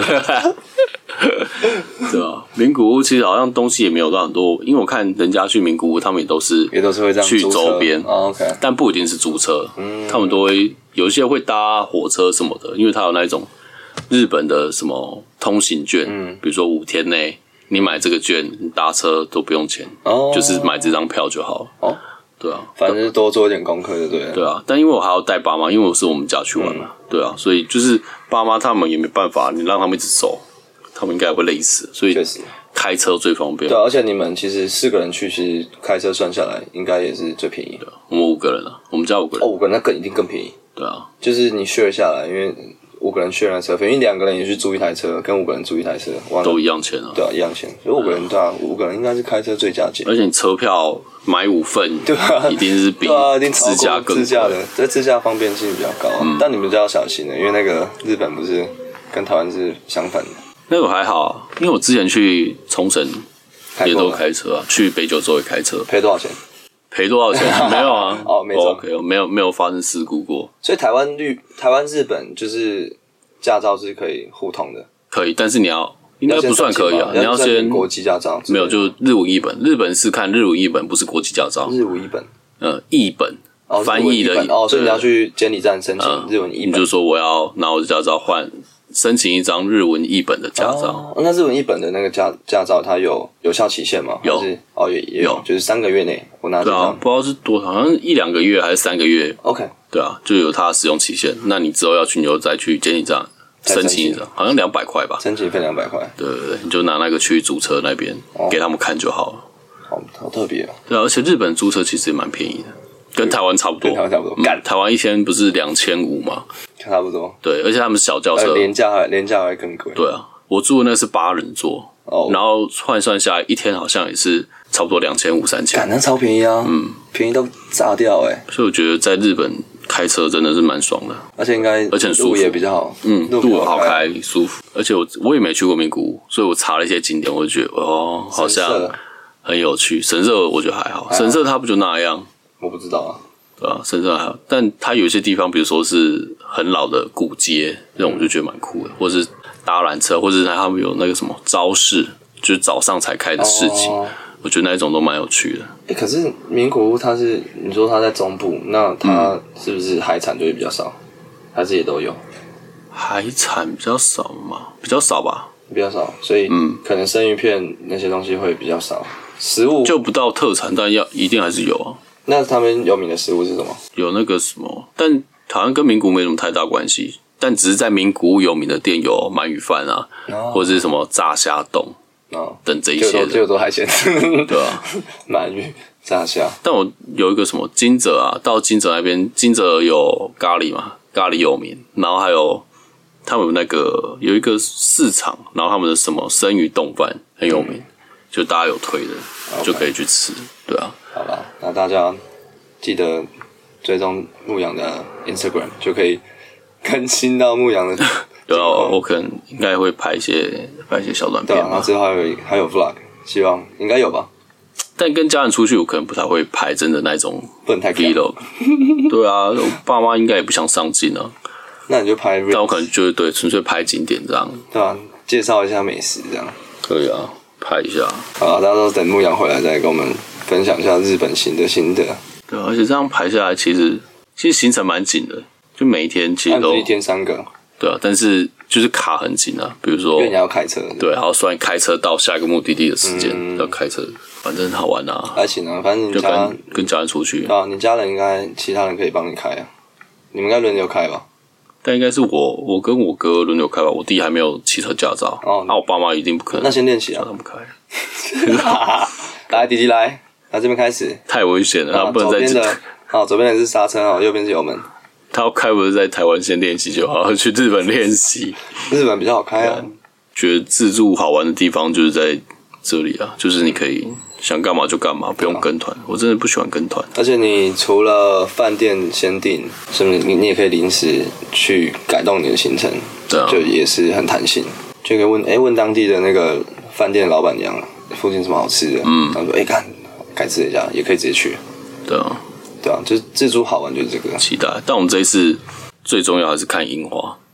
对啊，名古屋其实好像东西也没有到很多，因为我看人家去名古屋，他们也都是会这样去周边、 OK， 但不一定是租车，他们都会有一些会搭火车什么的，因为它有那种日本的什么通行券，比如说5天内你买这个券，你搭车都不用钱，就是买这张票就好了。对啊， 反正是多做一点功课就对了。 对啊，但因为我还要带爸妈，因为我是我们家去玩嘛，对啊，所以就是爸妈他们也没办法，你让他们一直走，他们应该也会累死，所以开车最方便。 对啊，而且你们其实4个人去，其实开车算下来应该也是最便宜的。 我们5个人啊，我们家5个人。 5个人那一定更便宜。 对啊， 就是你 share 下来，因为5个人 share 车费，因为2个人也去租一台车，跟5个人租一台车， 都一样钱啊。 对啊，一样钱。所以5个人对啊，5个人应该是开车最价钱。 而且你车票买5份， 对啊， 一定是比自驾更贵。 自驾的，在自驾方便性比较高，但你们就要小心了，因为那个日本不是跟台湾是相反的。 那个还好啊，因为我之前去冲绳也都开车啊，去北九州也开车。 赔多少钱？ 赔多少钱？没有啊， 没中 OK， 没有发生事故过。 所以台湾、日本就是驾照是可以互通的， 可以，但是你要应该不算可以啊，你要先国际驾照， 没有就日文译本，日本是看日文译本，不是国际驾照。 日文译本， 译本，翻译的所以你要去监理站申请日文译本， 你就说我要拿我的驾照换。申请一张日文译本的驾照。 那日文译本的那个驾照，它有效期限吗？ 有也有，就是3个月内我拿这张。 对啊，不知道是多，好像1-2个月还是3个月。 OK， 对啊，就有它的使用期限。那你之后要去，你就再去监理站申请一张，好像200块吧。 申请费200块。 对，你就拿那个去租车那边给他们看就好了。 好特别啊！ 对啊，而且日本租车其实也蛮便宜的。跟台湾差不多，台湾1天不是2500吗？ 差不多。 对，而且他们小轿车， 廉价还更贵。 对啊，我住的那是8人座，然后换算下来1天好像也是差不多2500-3000。 那超便宜啊！便宜到炸掉哎！ 所以我觉得在日本开车真的是蛮爽的， 而且很舒服，路也比较好， 路好开舒服。而且我也没去过名古屋，所以我查了一些景点，我就觉得好像很有趣。神社我觉得还好，神社它不就那样。 我不知道啊， 对啊，深圳还好，但它有一些地方，比如说是很老的古街，这种我就觉得蛮酷的，或是搭缆车，或者是他们有那个什么朝市，就是早上才开的市集，我觉得那一种都蛮有趣的。 可是名古屋你说它在中部，那它是不是海产就会比较少，还是也都有？ 海产比较少嘛，比较少吧， 比较少，所以可能生鱼片那些东西会比较少。食物就不到特产，但一定还是有啊。 那他们有名的食物是什么？ 有那个什么，但好像跟名古屋没什么太大关系。但只是在名古屋有名的店有鳗鱼饭啊，或者是什么炸虾冻等这一些的， 就做海鲜， 对啊， 鳗鱼、炸虾。 但我有一个什么金泽啊，到金泽那边，金泽有咖喱嘛，咖喱有名，然后还有他们那个有一个市场，然后他们的什么生鱼冻饭很有名。就大家有推的，就可以去吃，对啊。 好吧，那大家记得追踪牧羊的 Instagram， 就可以更新到牧羊的。 对啊，我可能应该会拍一些小短片。 对啊，然后之后还有 vlog， 希望应该有吧。 但跟家人出去，我可能不太会拍真的那种 vlog。对啊，我爸妈应该也不想上镜啊。 那你就拍， 但我可能就是对纯粹拍景点这样。 对啊，介绍一下美食这样。 可以啊。拍一下， 好，大家都等牧羊回来再跟我们分享一下日本行的心得。 对，而且这样排下来，其实行程蛮紧的，就每一天其实都 1天3个。 对啊，但是就是卡很紧啊，比如说因为你要开车， 对，还要算开车到下一个目的地的时间，要开车，反正很好玩啊。 还行啊，反正你就跟家人出去啊，你家人应该其他人可以帮你开啊，你们应该轮流开吧？ 但应该是我跟我哥轮流开吧，我弟还没有汽车驾照，那我爸妈一定不可能。 那先练习啊， 他们开。 来，弟弟来，这边开始。 太危险了，他不能在左边的是刹车，右边是油门。 他要开不是在台湾先练习就好，去日本练习。 日本比较好开啊。 觉得自助好玩的地方就是在这里啊，就是你可以想干嘛就干嘛，不用跟团。我真的不喜欢跟团。 而且你除了饭店先订，是不是你也可以临时去改动你的行程？对啊，就也是很弹性。就可以问当地的那个饭店老板娘，附近什么好吃的？然后说改吃一下，也可以直接去。对啊，就是自助好玩就是这个。 期待，但我们这一次最重要还是看樱花。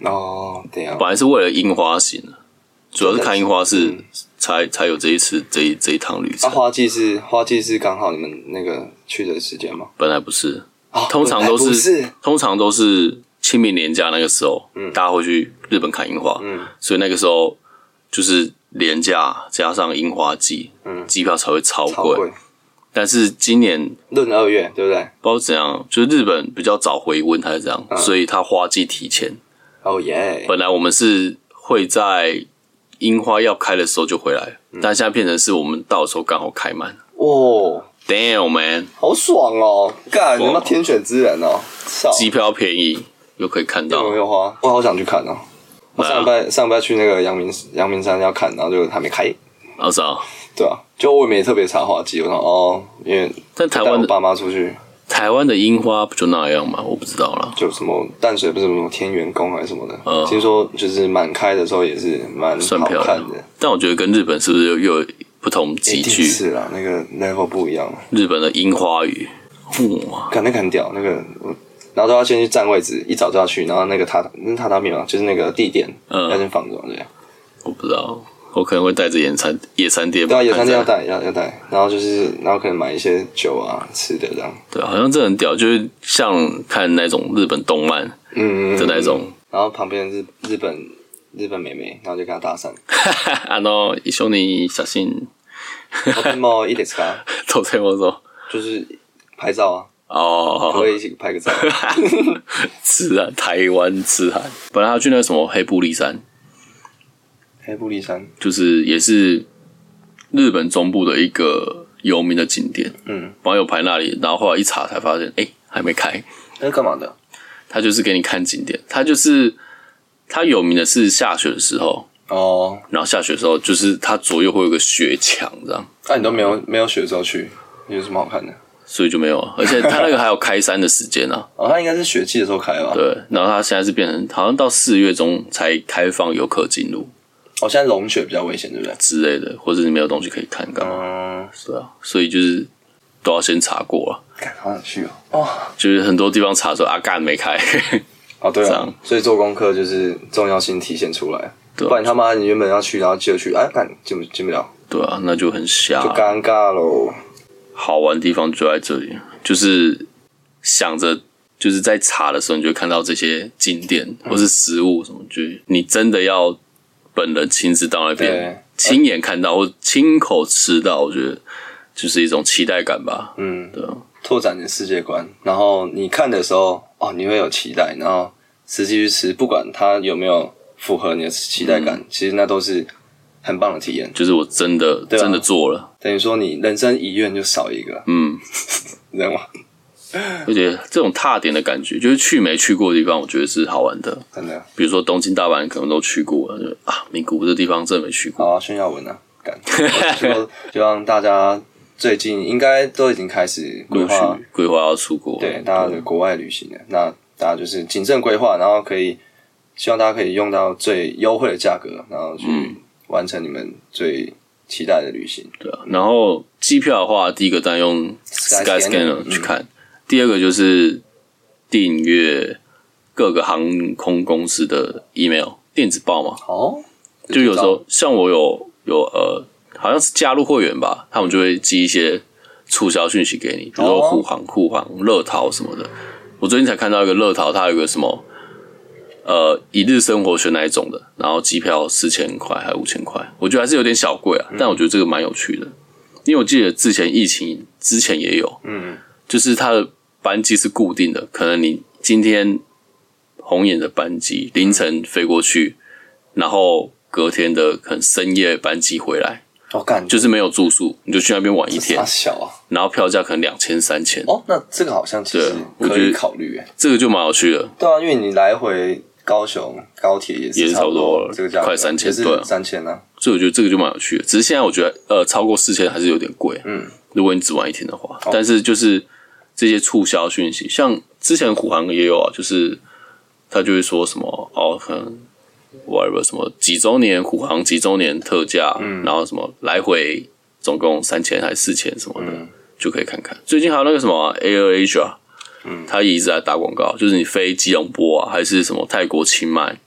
哦，对啊， 本来是为了樱花行的，主要是看樱花是才有这一趟旅程。 花季是刚好你们那个去的时间吗？ 本来不是，通常都是清明连假那个时候，大家会去日本看樱花，所以那个时候就是连假加上樱花季，机票才会超贵。但是今年闰2月，对不对？ 不知道怎样，就是日本比较早回温还是这样，所以它花季提前。 哦耶！ 本来我们是会在樱花要开的时候就回来，但现在变成是我们到的时候刚好开满。 哦 ，Damn man， 好爽哦！干，你妈天选之人哦！ 机票便宜又可以看到， 有没有花？我好想去看哦！我上礼拜去那个阳明山要看，然后就还没开。 哦，是啊。 对啊，就我也没特别查花季，我说因为但台湾我爸妈出去， 台湾的樱花不就那样吗？我不知道啦。 就什么淡水不是什么天元宫还是什么的，听说就是满开的时候也是蛮好看的。 但我觉得跟日本是不是又有不同级距？ 是啦，那个 level 不一样。 日本的樱花雨，哇， 看那个很屌，那个然后都要先去占位置，一早就要去，然后那个榻榻米嘛，就是那个地垫，要先放着这样。 我不知道。我可能会带着野餐垫， 对啊，野餐垫要带，然后可能买一些酒啊吃的这样。 对，好像这很屌，就是像看那种日本动漫，的那种。 然后旁边是日本妹妹，然后就跟她搭讪。 一緒に写真。 とてもいいですか？ とてもそう。 就是拍照啊。 哦， 可以一起拍个照。 吃啊，台湾吃韩。本来要去那个什么黑布利山。 黑布利山就是也是日本中部的一个有名的景点，网友排那里，然后后来一查才发现，还没开。 那是干嘛的？ 他就是给你看景点，他有名的是下雪的时候哦，然后下雪的时候就是它左右会有个雪墙这样。 你都没有雪的时候去，有什么好看的？ 所以就没有了，而且他那个还有开山的时间啊。 他应该是雪季的时候开吧？ 对，然后他现在是变成好像到4月中才开放游客进入。 现在融雪比较危险，对不对？ 之类的，或者你没有东西可以看，干嘛？对啊，所以就是都要先查过了。 好想去哦！ 就是很多地方查说干没开。 对啊，所以做功课就是重要性体现出来，不然他妈你原本要去，然后就去，进不了。 对啊，那就很瞎， 就尴尬咯。 好玩的地方就在这里，就是想着。就是在查的时候，你就会看到这些景点或是食物什么，就是你真的要本人亲自到那边，亲眼看到或亲口吃到，我觉得就是一种期待感吧。对啊， 拓展你的世界观。然后你看的时候，你会有期待，然后实际去吃，不管它有没有符合你的期待感，其实那都是很棒的体验。 就是我真的做了， 等于说你人生遗愿就少一个。知道吗？ 而且这种踏点的感觉，就是去没去过的地方，我觉得是好玩的。 真的， 比如说东京、大阪可能都去过了，就名古屋这地方真的没去过。 好，炫耀文啊，干！希望大家最近应该都已经开始规划要出国， 对，大家的国外旅行了。那大家就是谨慎规划，然后希望大家可以用到最优惠的价格，然后去完成你们最期待的旅行。 对啊，然后机票的话，第一个当然用 Skyscanner 去看。第二个就是订阅各个航空公司的 email 电子报嘛。就有时候像我有好像是加入会员吧，他们就会寄一些促销讯息给你，比如说虎航、乐淘什么的。我最近才看到一个乐淘，它有一个什么一日生活圈那一种的，然后机票4000块还5000块，我觉得还是有点小贵啊，但我觉得这个蛮有趣的，因为我记得之前疫情之前也有，就是它的班机是固定的，可能你今天红眼的班机凌晨飞过去，然后隔天的可能深夜班机回来，就是没有住宿，你就去那边玩一天，然后票价可能2000、3000。 那这个好像其实可以考虑， 这个就蛮有趣的。 对啊，因为你来回高雄高铁也是差不多这个价格， 快3000，对 ，3000啊。 所以我觉得这个就蛮有趣的，只是现在我觉得超过4000还是有点贵，如果你只玩一天的话。但是就是这些促销讯息，像之前虎航也有啊，就是他就会说什么可能 whatever 什么几周年虎航几周年特价，然后什么来回总共3000还是4000什么的，就可以看看。最近还有那个什么 AirAsia，他也一直在打广告，就是你飞吉隆坡啊，还是什么泰国清迈，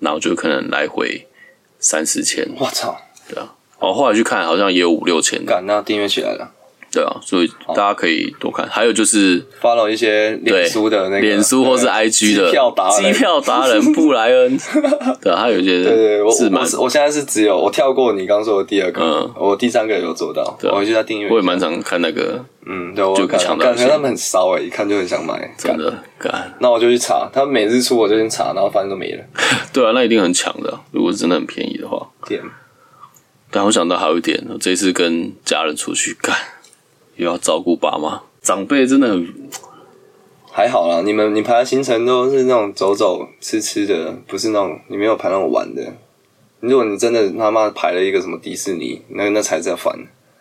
然后就可能来回3000， 我操！ 对啊，后来去看好像也有5-6千， 干，那订阅起来了。 对啊，所以大家可以多看。还有就是 follow 一些脸书的那个， 脸书或是 IG 的机票达人布莱恩，对啊，他有一些对，我现在是只有我跳过你刚说的第2个，我第3个有做到，我回去再订阅。 我也蛮常看那个， 对，我感觉他们很骚一看就很想买， 真的干。 那我就去查，他每日出我就先查，然后发现都没了。 对啊，那一定很强的，如果真的很便宜的话。但我想到还有一点，我这次跟家人出去干。又要照顾爸妈，长辈真的很还好啦。你排的行程都是那种走走吃吃的，不是那种你没有排那种玩的。如果你真的他妈排了一个什么迪士尼，那才在烦。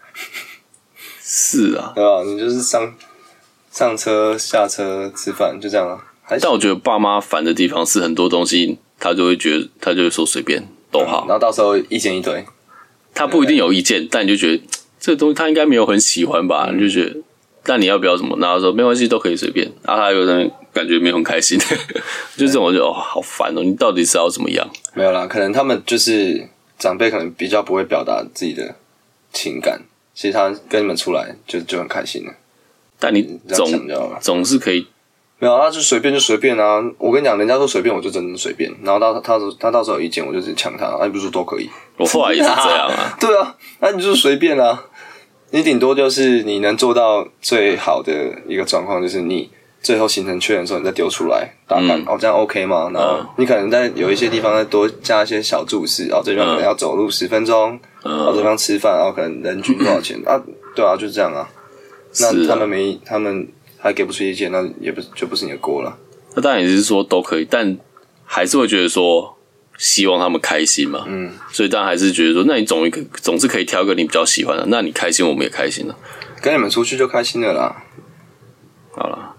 是啊， 对吧？你就是上车下车吃饭就这样啊。 但我觉得爸妈烦的地方是很多东西，他就会说随便都好， 然后到时候意见一堆。 他不一定有意见，但你就觉得。这个东西他应该没有很喜欢吧？你就觉得，但你要不要什么？然后说没关系，都可以随便。然后他有人感觉没有很开心，就这种我就好烦哦！你到底是要怎么样？ 没有啦，可能他们就是长辈，可能比较不会表达自己的情感。其实他跟你们出来就很开心了。 但你总是可以， 没有，他就随便就随便啊！我跟你讲，人家说随便，我就真的随便。然后他到时候有意见，我就直接呛他。你不是说都可以？ 我后来也是这样啊。 对啊，那你就随便啊。你顶多就是你能做到最好的一个状况，就是你最后行程确认的时候，你再丢出来大概这样 OK 吗？然后你可能在有一些地方再多加一些小注释，这地方可能要走路10分钟，这地方吃饭，然后可能人均多少钱啊？对啊，就是这样啊。那他们还给不出意见，那就不是你的锅了。 那当然也是说都可以，但还是会觉得说。希望他们开心嘛，所以当然还是觉得说，那你总是可以挑一个你比较喜欢的，那你开心，我们也开心了。 跟你们出去就开心了啦。 好了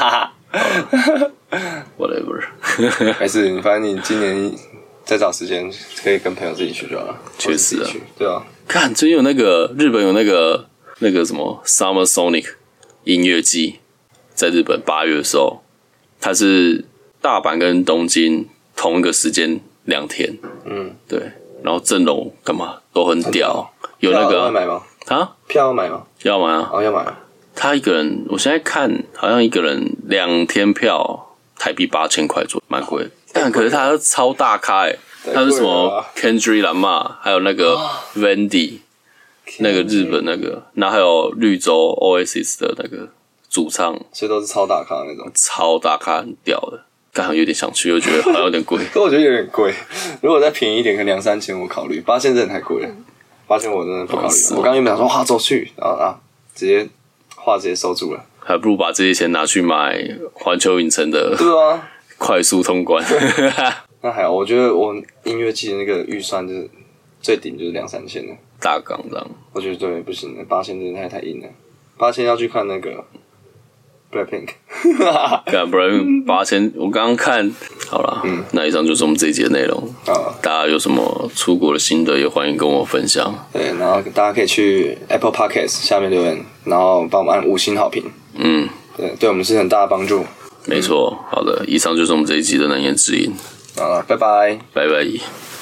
，whatever， 没事，反正你今年再找时间可以跟朋友自己去就好了。 确实啊， 对啊。 看，最近有日本有那个什么 Summer Sonic 音乐季，在日本8月的时候，它是大阪跟东京同一个时间。2天，对，然后阵容干嘛都很屌，有那个要买吗？ 啊， 票要买吗？ 要买啊， 要买啊。 他一个人，我现在看好像一个人2天票台币8000块左右，蛮贵。但可是他超大咖他是什么 Kendrick Lamar， 还有那个 Vandy， 那个日本那个，然后还有绿洲 Oasis 的那个主唱， 所以都是超大咖那种， 超大咖，很屌的。刚好有点想去，又觉得好像有点贵。 可我觉得有点贵，如果再便宜一点，可能2-3千我考虑，8000真的太贵了，8000我真的不考虑。我刚原本想说走去，然后直接收住了， 还不如把这些钱拿去买环球影城的， 对啊， 快速通关。 那还好，我觉得我音乐季的那个预算就是最顶就是2-3千了， 大纲这样。 我觉得对不行，8000真的太硬了，8000要去看那个。Blackpink， 干不然8000，我刚刚看好了，那以上就是我们这一集的内容。大家有什么出国的心得，也欢迎跟我分享。 对，然后大家可以去 Apple Podcast 下面留言，然后帮我们按5星好评。对我们是很大的帮助。 没错，好的，以上就是我们这一集的难言之隐。 好了，拜拜， 拜拜。